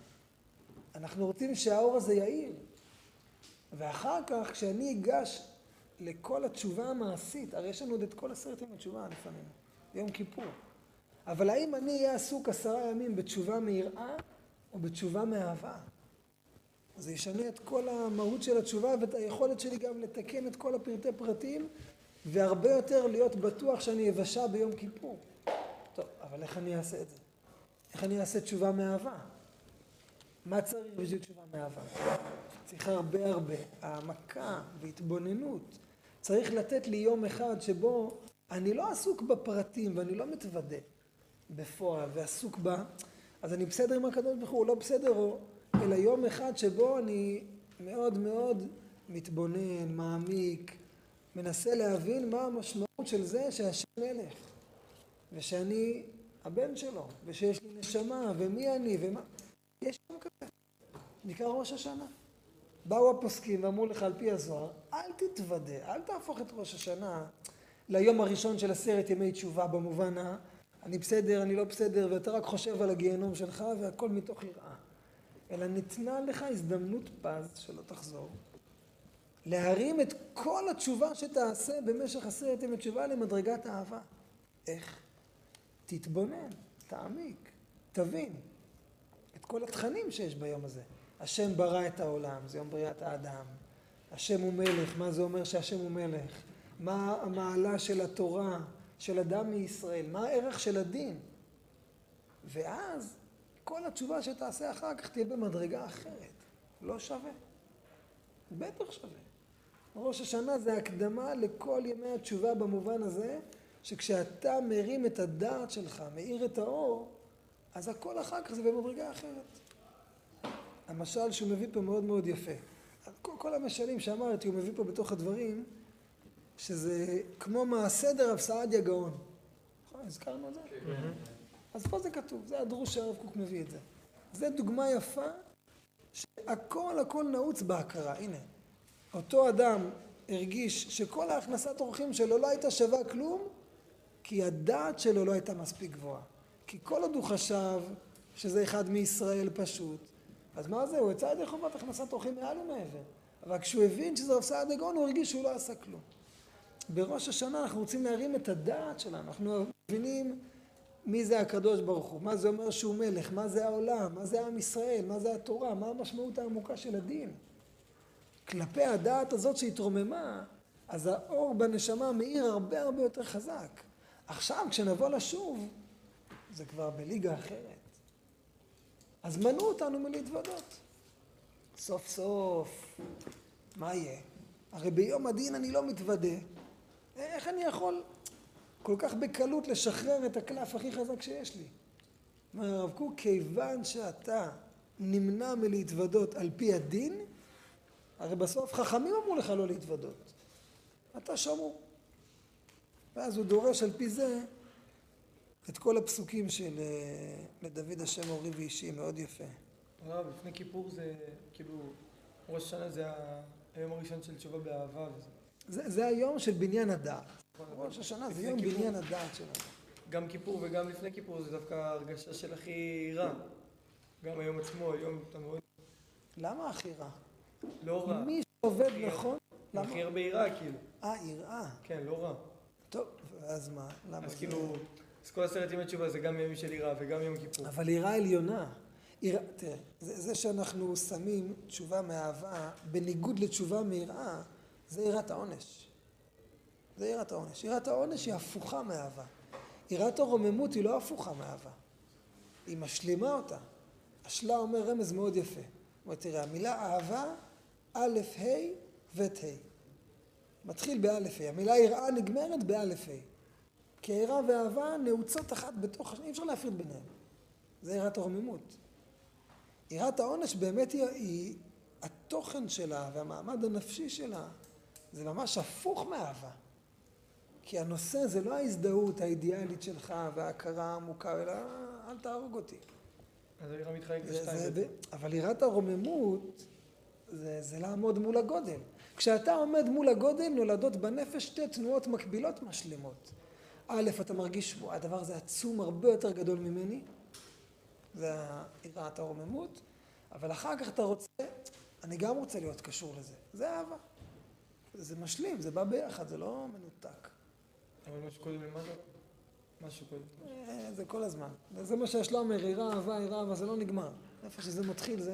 אנחנו רוצים שהאור הזה יאיר. ואחר כך, כשאני אגש לכל התשובה המעשית, הרי יש לנו עוד את כל 10 ימים התשובה לפנינו, יום כיפור. אבל האם אני אהיה עסוק 10 ימים בתשובה מיראה או בתשובה מאהבה? זה ישנה את כל המהות של התשובה ואת היכולת שלי גם לתקן את כל הפרטי פרטים, והרבה יותר להיות בטוח שאני אבשה ביום כיפור. טוב, אבל איך אני אעשה את זה? איך אני אעשה תשובה מאהבה? מה צריך בשביל תשובה מאהבה? צריך הרבה העמקה והתבוננות. צריך לתת לי יום אחד שבו אני לא עסוק בפרטים ואני לא מתוודה בפועל ועסוק בה, אז אני בסדר עם הקדוש ברוך הוא, לא בסדר, אלא יום אחד שבו אני מאוד מאוד מתבונן, מעמיק, מנסה להבין מה המשמעות של זה שהשם מלך, ושאני הבן שלו, ושיש לי נשמה, ומי אני, ומה... יש יום כזה, נקרא ראש השנה. באו הפוסקים ואמרו לך על פי הזוהר, אל תתוודה, אל תהפוך את ראש השנה ליום הראשון של 10 ימי תשובה במובן אני בסדר, אני לא בסדר, ואתה רק חושב על הגיהנום שלך והכל מתוך יראה. אלא ניתנה לך הזדמנות פז שלא תחזור, להרים את כל התשובה שתעשה במשך 10 ימי תשובה למדרגת האהבה. איך? תתבונן, תעמיק, תבין את כל התכנים שיש ביום הזה. השם ברא את העולם, זה יום בריאת האדם. השם הוא מלך, מה זה אומר שהשם הוא מלך? מה המעלה של התורה, של אדם מישראל? מה הערך של הדין? ואז כל התשובה שתעשה אחר כך תהיה במדרגה אחרת. לא שווה. בטח שווה. ראש השנה זה הקדמה לכל ימי התשובה במובן הזה, שכשאתה מרים את הדעת שלך, מאיר את האור, אז הכל אחר כך זה במדרגה אחרת. המשל שהוא מביא פה מאוד מאוד יפה. כל המשלים שאמרתי הוא מביא פה בתוך הדברים, שזה כמו מעשה דרב סעדיה גאון. נכון, הזכרנו את זה? אז פה זה כתוב, זה הדרוש שהרב קוק מביא את זה. זה דוגמה יפה שהכל נעוץ בהכרה. הנה, אותו אדם הרגיש שכל ההכנסת אורחים שלו לא הייתה שווה כלום, כי הדעת שלו לא הייתה מספיק גבוהה. כי כל עוד הוא חשב שזה אחד מישראל פשוט, אז מה זה? הוא יצא ידי חובת הכנסת אורחים מעל ומעבר. אבל כשהוא הבין שזה רב סעדיה גאון, הוא הרגיש שהוא לא עשה כלום. בראש השנה אנחנו רוצים להרים את הדעת שלנו. אנחנו מבינים מי זה הקדוש ברוך הוא, מה זה אומר שהוא מלך, מה זה העולם, מה זה עם ישראל, מה זה התורה, מה המשמעות העמוקה של הדין. כלפי הדעת הזאת שהתרוממה, אז האור בנשמה מאיר הרבה יותר חזק. עכשיו כשנבוא לשוב, זה כבר בליגה אחרת. אז מנעו אותנו מלהתוודות. סוף סוף, מה יהיה? הרי ביום הדין אני לא מתוודה. איך אני יכול כל כך בקלות לשחרר את הקלף הכי חזק שיש לי? אומר הרב קוק, כיוון שאתה נמנע מלהתוודות על פי הדין, הרי בסוף חכמים אמרו לך לא להתוודות. אתה שמור. ואז הוא דורש על פי זה את כל הפסוקים של לדוד השם אורי ואישי, מאוד יפה. הרב, לפני כיפור זה כאילו, ראש השנה זה היום הראשון של תשובה באהבה וזה. זה היום של בניין הדעת. ראש השנה זה יום בניין הדעת שלנו. גם כיפור וגם לפני כיפור זה דווקא הרגשה של הכי רע. גם היום עצמו, היום אתה מאוד... למה הכי רע? לא רע. מי שעובד נכון? למה? הכי הרבה יראה כאילו. יראה. כן, לא רע. טוב, אז מה? למה אז זה? כאילו, אז כל 10 ימי תשובה זה גם ימים של יראה וגם יום כיפור. אבל יראה עליונה. תראה, זה שאנחנו שמים תשובה מאהבה בניגוד לתשובה מיראה, זה יראת העונש. זה יראת העונש. יראת העונש היא הפוכה מאהבה. יראת הרוממות היא לא הפוכה מאהבה. היא משלימה אותה. השלה אומר רמז מאוד יפה. תראה, המילה אהבה, א' ה' ו' ה'. מתחיל באלף ה'. המילה יראה נגמרת באלף ה'. כי היראה והאהבה נעוצות אחת בתוך השני, אי אפשר להפריד ביניהם. זה יראת הרוממות. יראת העונש באמת היא התוכן שלה והמעמד הנפשי שלה, זה ממש הפוך מאהבה. כי הנושא זה לא ההזדהות האידיאלית שלך וההכרה העמוקה, אלא אל תהרוג אותי. אז היראה מתחלק לשתיים. אבל יראת הרוממות זה לעמוד מול הגודל. כשאתה עומד מול הגודל נולדות בנפש 2 תנועות מקבילות משלימות. א', אתה מרגיש, וואי, הדבר הזה עצום, הרבה יותר גדול ממני, זה יראת הרוממות, אבל אחר כך אתה רוצה, אני גם רוצה להיות קשור לזה, זה אהבה. זה משלים, זה בא ביחד, זה לא מנותק. אבל משהו קודם למטה? משהו קודם. זה כל הזמן. זה מה שיש לו אומר, יראה, אהבה, זה לא נגמר. איפה שזה מתחיל,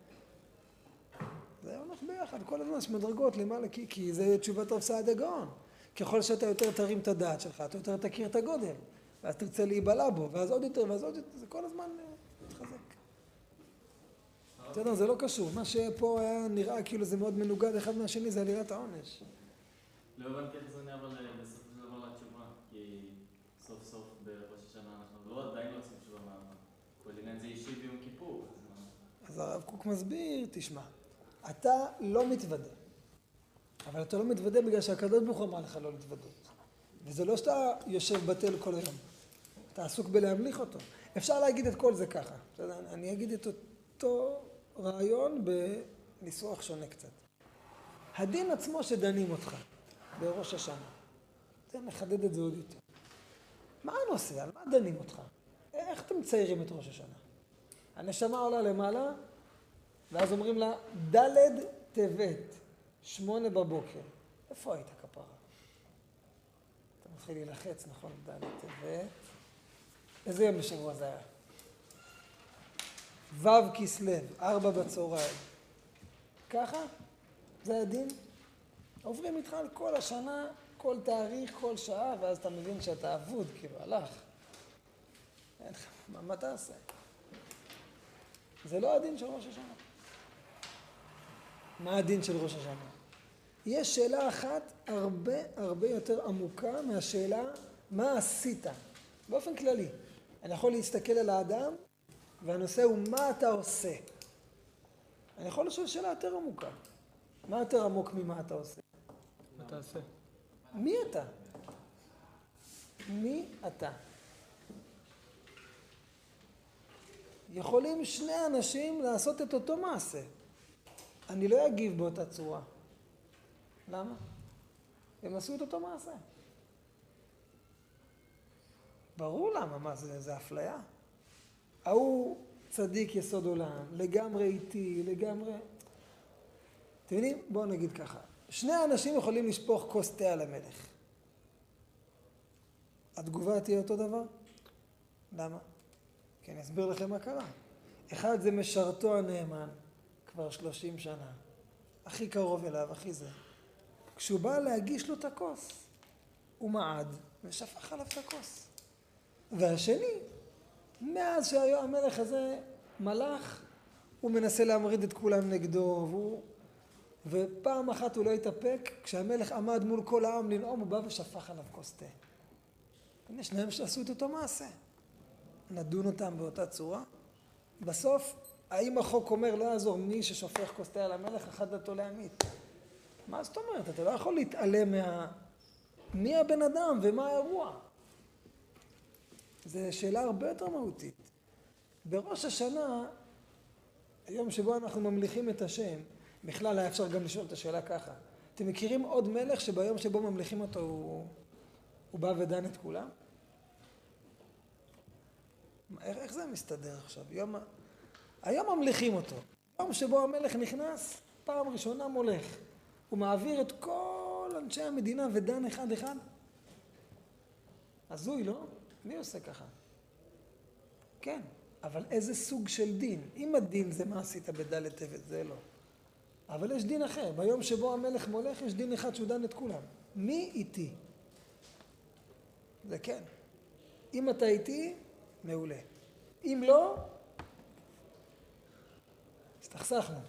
זה הולך ביחד, כל הזמן יש מדרגות למעלה, כי זה תשובת רב סעדיה גאון. ככל שאתה יותר תרים את הדעת שלך, אתה יותר תכיר את הגודל, ואז תרצה להיבלע בו, ואז עוד יותר, זה כל הזמן מתחזק. בסדר, זה לא קשור. מה שפה היה נראה כאילו זה מאוד מנוגד אחד מהשני, זה עלילת העונש. לא הבנתי איך זה עונה, אבל בסופו של דבר לתשובה, כי סוף סוף בראש השנה אנחנו לא עדיין לא עושים תשובה מאהבה. כל עניין זה אישי ביום כיפור. אז הרב קוק מסביר, תשמע, אתה לא מתוודה, אבל אתה לא מתוודה בגלל שהקדוש ברוך הוא אמר לך לא להתוודות. וזה לא שאתה יושב בטל כל היום, אתה עסוק בלהמליך אותו. אפשר להגיד את כל זה ככה, אני אגיד את אותו רעיון בניסוח שונה קצת. הדין עצמו שדנים אותך בראש השנה, נחדד את זה עוד יותר. מה הנושא? על מה דנים אותך? איך אתם מציירים את ראש השנה? הנשמה עולה למעלה, ואז אומרים לה, ד' טבת, 8 בבוקר. איפה היית כפרה? אתה מתחיל להילחץ, נכון? ד' טבת. איזה יום בשבוע זה היה? ו' כסלו, 4 בצהריים. ככה? זה הדין? עוברים איתך על כל השנה, כל תאריך, כל שעה, ואז אתה מבין שאתה אבוד, כאילו, הלך. מה תעשה? זה לא הדין של ראש השנה. מה הדין של ראש השנה? יש שאלה אחת הרבה יותר עמוקה מהשאלה מה עשית. באופן כללי. אני יכול להסתכל על האדם, והנושא הוא מה אתה עושה. אני יכול לשאול שאלה יותר עמוקה. מה יותר עמוק ממה אתה עושה? מה תעשה? מי אתה? מי אתה? יכולים שני אנשים לעשות את אותו מעשה. אני לא אגיב באותה צורה. למה? הם עשו את אותו מעשה. ברור למה, מה זה אפליה? ההוא צדיק יסוד עולם, לגמרי איתי, לגמרי... אתם יודעים? בואו נגיד ככה. שני אנשים יכולים לשפוך כוס תה על המלך. התגובה תהיה אותו דבר? למה? כי אני אסביר לכם מה קרה. אחד זה משרתו הנאמן, כבר 30 שנה. הכי קרוב אליו, הכי זה. כשהוא בא להגיש לו את הכוס, הוא מעד ושפך עליו את הכוס. והשני, מאז שהמלך הזה מלך, הוא מנסה להמריד את כולם נגדו, ופעם אחת הוא לא התאפק, כשהמלך עמד מול כל העם לנאום, הוא בא ושפך עליו כוס תה. הנה שניהם שעשו את אותו מעשה. נדון אותם באותה צורה. בסוף, האם החוק אומר לא יעזור מי ששופך כוס תה על המלך, אחד דתו להמית. מה זאת אומרת? אתה לא יכול להתעלם מי הבן אדם ומה האירוע. זו שאלה הרבה יותר מהותית. בראש השנה, היום שבו אנחנו ממליכים את השם, בכלל היה אפשר גם לשאול את השאלה ככה. אתם מכירים עוד מלך שביום שבו ממליכים אותו הוא בא ודן את כולם? איך זה מסתדר עכשיו? היום ממליכים אותו. יום שבו המלך נכנס, פעם ראשונה מולך. הוא מעביר את כל אנשי המדינה ודן אחד אחד. הזוי, לא? מי עושה ככה? כן, אבל איזה סוג של דין? אם הדין זה מה עשית בד' טבת, זה לא. אבל יש דין אחר. ביום שבו המלך מולך יש דין אחד שהוא דן את כולם. מי איתי? זה כן. אם אתה איתי, מעולה. אם לא, הסתכסכנו.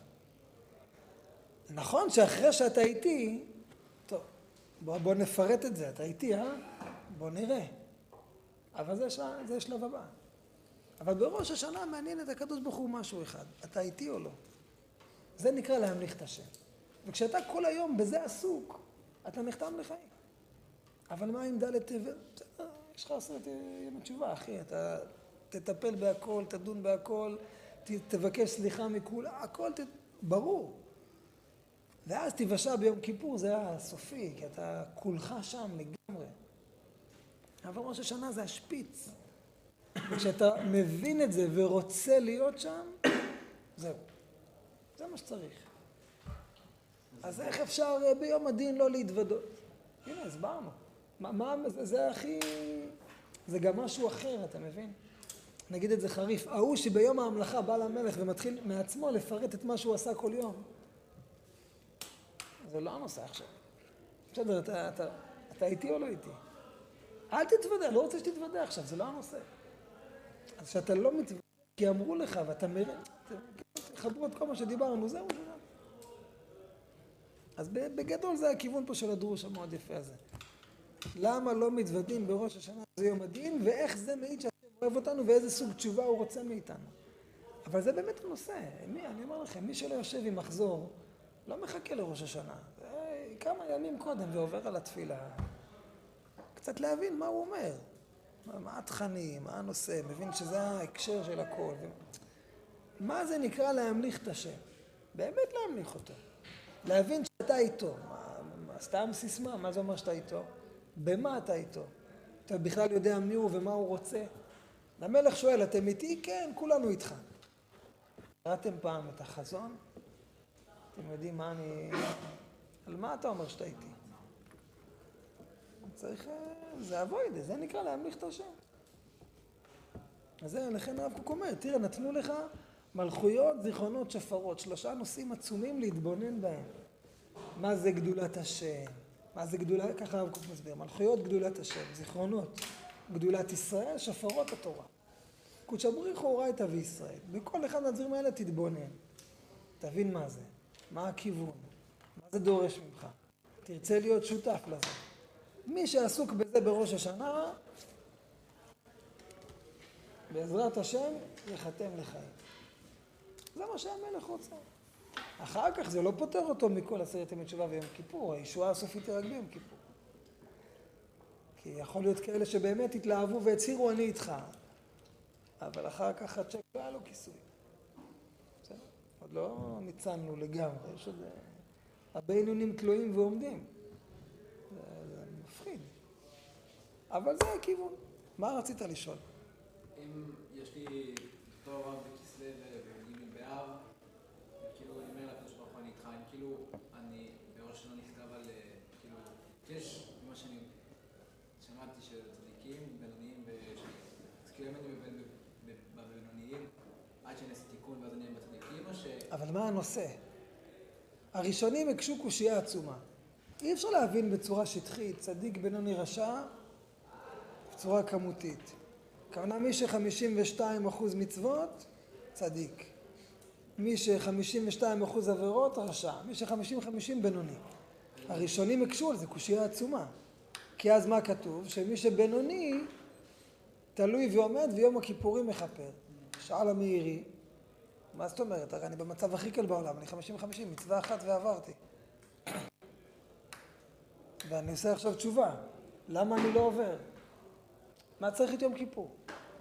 נכון שאחרי שאתה איתי, טוב, בוא נפרט את זה. אתה איתי, בוא נראה. אבל זה שלב הבא. אבל בראש השנה מעניין את הקדוש ברוך הוא משהו אחד. אתה איתי או לא? זה נקרא להמליך את השם. וכשאתה כל היום בזה עסוק, אתה נחתם לחיים. אבל מה עם ד' טבת? יש לך 10 ימי תשובה, אחי. אתה תטפל בהכל, תדון בהכל, תבקש סליחה מכולם, הכל ברור. ואז תיוושע ביום כיפור, זה היה סופי, כי אתה כולך שם לגמרי. אבל ראש השנה זה השפיץ. וכשאתה מבין את זה ורוצה להיות שם, זהו. זה מה שצריך. אז איך אפשר ביום הדין לא להתוודות? הנה, הסברנו. זה הכי... זה גם משהו אחר, אתה מבין? נגיד את זה חריף. ההוא שביום ההמלכה בא למלך ומתחיל מעצמו לפרט את מה שהוא עשה כל יום. זה לא הנושא עכשיו. בסדר, אתה איתי או לא איתי? אל תתוודע, לא רוצה שתתוודע עכשיו, זה לא הנושא. אז שאתה לא מתוודע, כי אמרו לך ואתה מראה, תחברו את כל מה שדיברנו, זהו. אז בגדול זה הכיוון פה של הדרוש המאוד יפה הזה. למה לא מתוודעים בראש השנה, זה יום הדין, ואיך זה מעיד שהשם אוהב אותנו, ואיזה סוג תשובה הוא רוצה מאיתנו. אבל זה באמת הנושא. אני אומר לכם, מי שלא יושב עם מחזור, לא מחכה לראש השנה. כמה ימים קודם ועובר על התפילה. קצת להבין מה הוא אומר. מה התכנים, מה הנושא, מבין שזה ההקשר של הכל. מה זה נקרא להמליך את השם? באמת להמליך אותו. להבין שאתה איתו. סתם סיסמה, מה זה אומר שאתה איתו? במה אתה איתו? אתה בכלל יודע מי הוא ומה הוא רוצה? המלך שואל, אתם איתי? כן, כולנו איתך. קראתם פעם את החזון? אתם יודעים מה אני... על מה אתה אומר שאתה איתי? צריך... זה אבוידה, זה נקרא להמליך את השם. אז זה, לכן הרב קוק אומר, תראה, נתנו לך מלכויות, זיכרונות, שפרות, 3 נושאים עצומים להתבונן בהם. מה זה גדולת השם? מה זה גדולת... ככה הרב קוק מסביר. מלכויות גדולת השם, זיכרונות, גדולת ישראל, שפרות התורה. קודש בריך הוא אורייתא וישראל. בכל אחד מהדברים האלה תתבונן. תבין מה זה, מה הכיוון, מה זה דורש ממך. תרצה להיות שותף לזה. מי שעסוק בזה בראש השנה, בעזרת השם, יחתם לחיים. זה מה שהמלך רוצה. אחר כך זה לא פותר אותו מכל 10 ימי תשובה ויום כיפור. הישועה הסופית היא רק ביום כיפור. כי יכול להיות כאלה שבאמת התלהבו והצהירו אני איתך. אבל אחר כך הצ'ק לא היה לו כיסוי. בסדר? עוד לא ניצלנו לגמרי. יש עוד... הבינונים תלויים ועומדים. זה מפחיד. אבל זה הכיוון. מה רצית לשאול? אם יש לי אותו רב בכסלו ובגימל באב, כאילו אני אומר לקדוש ברוך הוא אני איתך, אם כאילו אני בראש שלא נכתב על, כאילו, יש מה שאני שמעתי של צדיקים, בינוניים, אז כאילו אם אני בבינוניים, עד שאני אעשה תיקון ואז אני אהיה בצדיקים, או ש... אבל מה הנושא? הראשונים הקשו קושייה עצומה. אי אפשר להבין בצורה שטחית, צדיק בינוני רשע, בצורה כמותית. כוונה מי ש52% מצוות, צדיק. מי ש52% עבירות, רשע. מי ש50-50 בינוני. הראשונים הקשו על זה קושייה עצומה. כי אז מה כתוב? שמי שבינוני תלוי ועומד ויום הכיפורים מכפר. שאל המאירי, מה זאת אומרת? הרי אני במצב הכי קל בעולם, אני 50-50, מצווה אחת ועברתי. ואני עושה עכשיו תשובה. למה אני לא עובר? מה צריך את יום כיפור?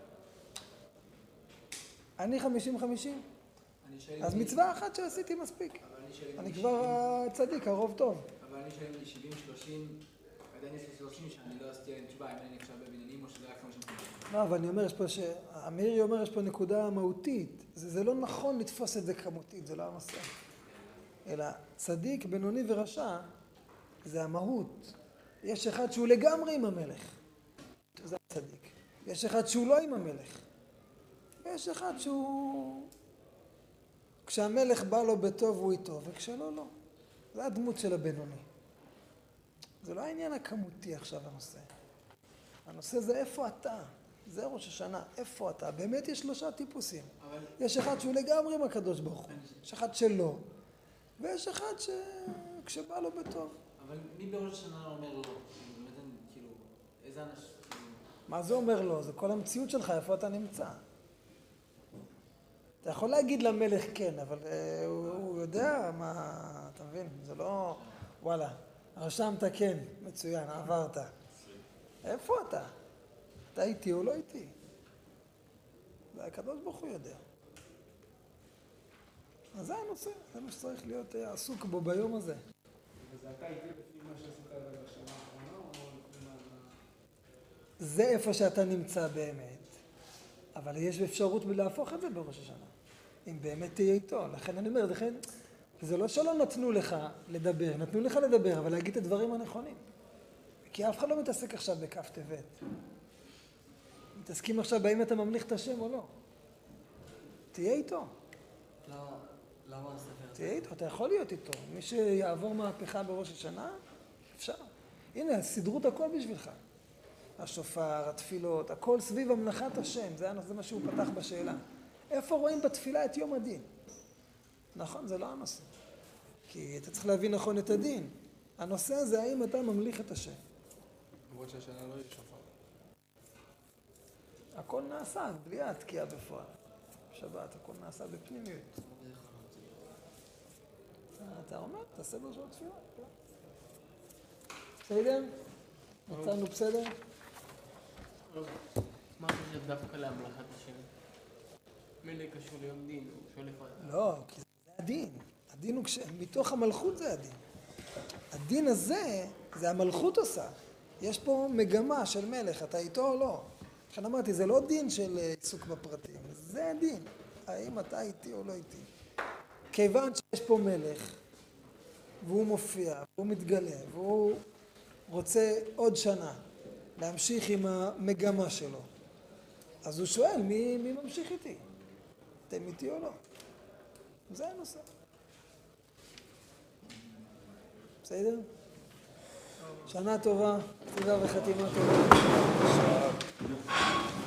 אני 50-50? אז מצווה אחת שעשיתי מספיק. אני כבר צדיק, הרוב טוב. אבל אני שואל לי 70-30, עדיין יש לי 30 שאני לא עשיתי עליהם תשובה, אם אני עכשיו בבניינים או שזה רק 50-50. לא, אבל אני אומר, אמירי אומר, יש פה נקודה מהותית. זה לא נכון לתפוס את זה כמותית, זה לא הנושא. אלא צדיק, בינוני ורשע, זה המהות. יש אחד שהוא לגמרי עם המלך. זה הצדיק. יש אחד שהוא לא עם המלך. ויש אחד שהוא... כשהמלך בא לו בטוב הוא איתו, וכשלא לא. זה הדמות של הבינוני. זה לא העניין הכמותי עכשיו הנושא. הנושא זה איפה אתה. זה ראש השנה, איפה אתה? באמת יש 3 טיפוסים. יש אחד שהוא לגמרי עם הקדוש ברוך הוא. יש אחד שלא. ויש אחד כשבא לו בטוב. אבל מי בראש השנה אומר לא? כאילו, איזה אנשים... מה זה אומר לא? זה כל המציאות שלך, איפה אתה נמצא. אתה יכול להגיד למלך כן, אבל הוא יודע מה... אתה מבין? זה לא... וואלה, רשמת כן, מצוין, עברת. איפה אתה? אתה איתי או לא איתי? זה הקדוש ברוך הוא יודע. אז זה הנושא, זה מה שצריך להיות עסוק בו ביום הזה. וזה אתה איתי לפי מה שעשית בשנה האחרונה או לפי זה איפה שאתה נמצא באמת, אבל יש אפשרות להפוך את זה בראש השנה, אם באמת תהיה איתו. לכן אני אומר, לכן, זה לא שלא נתנו לך לדבר, נתנו לך לדבר, אבל להגיד את הדברים הנכונים. כי אף אחד לא מתעסק עכשיו בכף טבת. מתעסקים עכשיו באם אתה ממליך את השם או לא. תהיה איתו. למה הספר? תהיה איתו, אתה יכול להיות איתו. מי שיעבור מהפכה בראש השנה, אפשר. הנה, סידרו את הכל בשבילך. השופר, התפילות, הכל סביב המלאכת השם. זה מה שהוא פתח בשאלה. איפה רואים בתפילה את יום הדין? נכון, זה לא הנושא. כי אתה צריך להבין נכון את הדין. הנושא הזה, האם אתה ממליך את השם. למרות שהשנה לא יהיה שופר. הכל נעשה, בלי התקיעה בפועל. שבת, הכל נעשה בפנימיות. אתה אומר, תעשה לו שעות תפילה. בסדר? מצאנו בסדר? מה חושב דווקא להמלכת השם? מילא קשור ליום דין, הוא שואל איפה אתה. לא, כי זה הדין. הדין הוא מתוך המלכות זה הדין. הדין הזה, זה המלכות עושה. יש פה מגמה של מלך, אתה איתו או לא. לכן אמרתי, זה לא דין של עיסוק בפרטים, זה הדין. האם אתה איתי או לא איתי. כיוון שיש פה מלך, והוא מופיע, והוא מתגלה, והוא רוצה עוד שנה להמשיך עם המגמה שלו, אז הוא שואל, מי ממשיך איתי? אתם איתי או לא? זה הנושא. בסדר? שנה טובה, תפילה וחתימה טובה.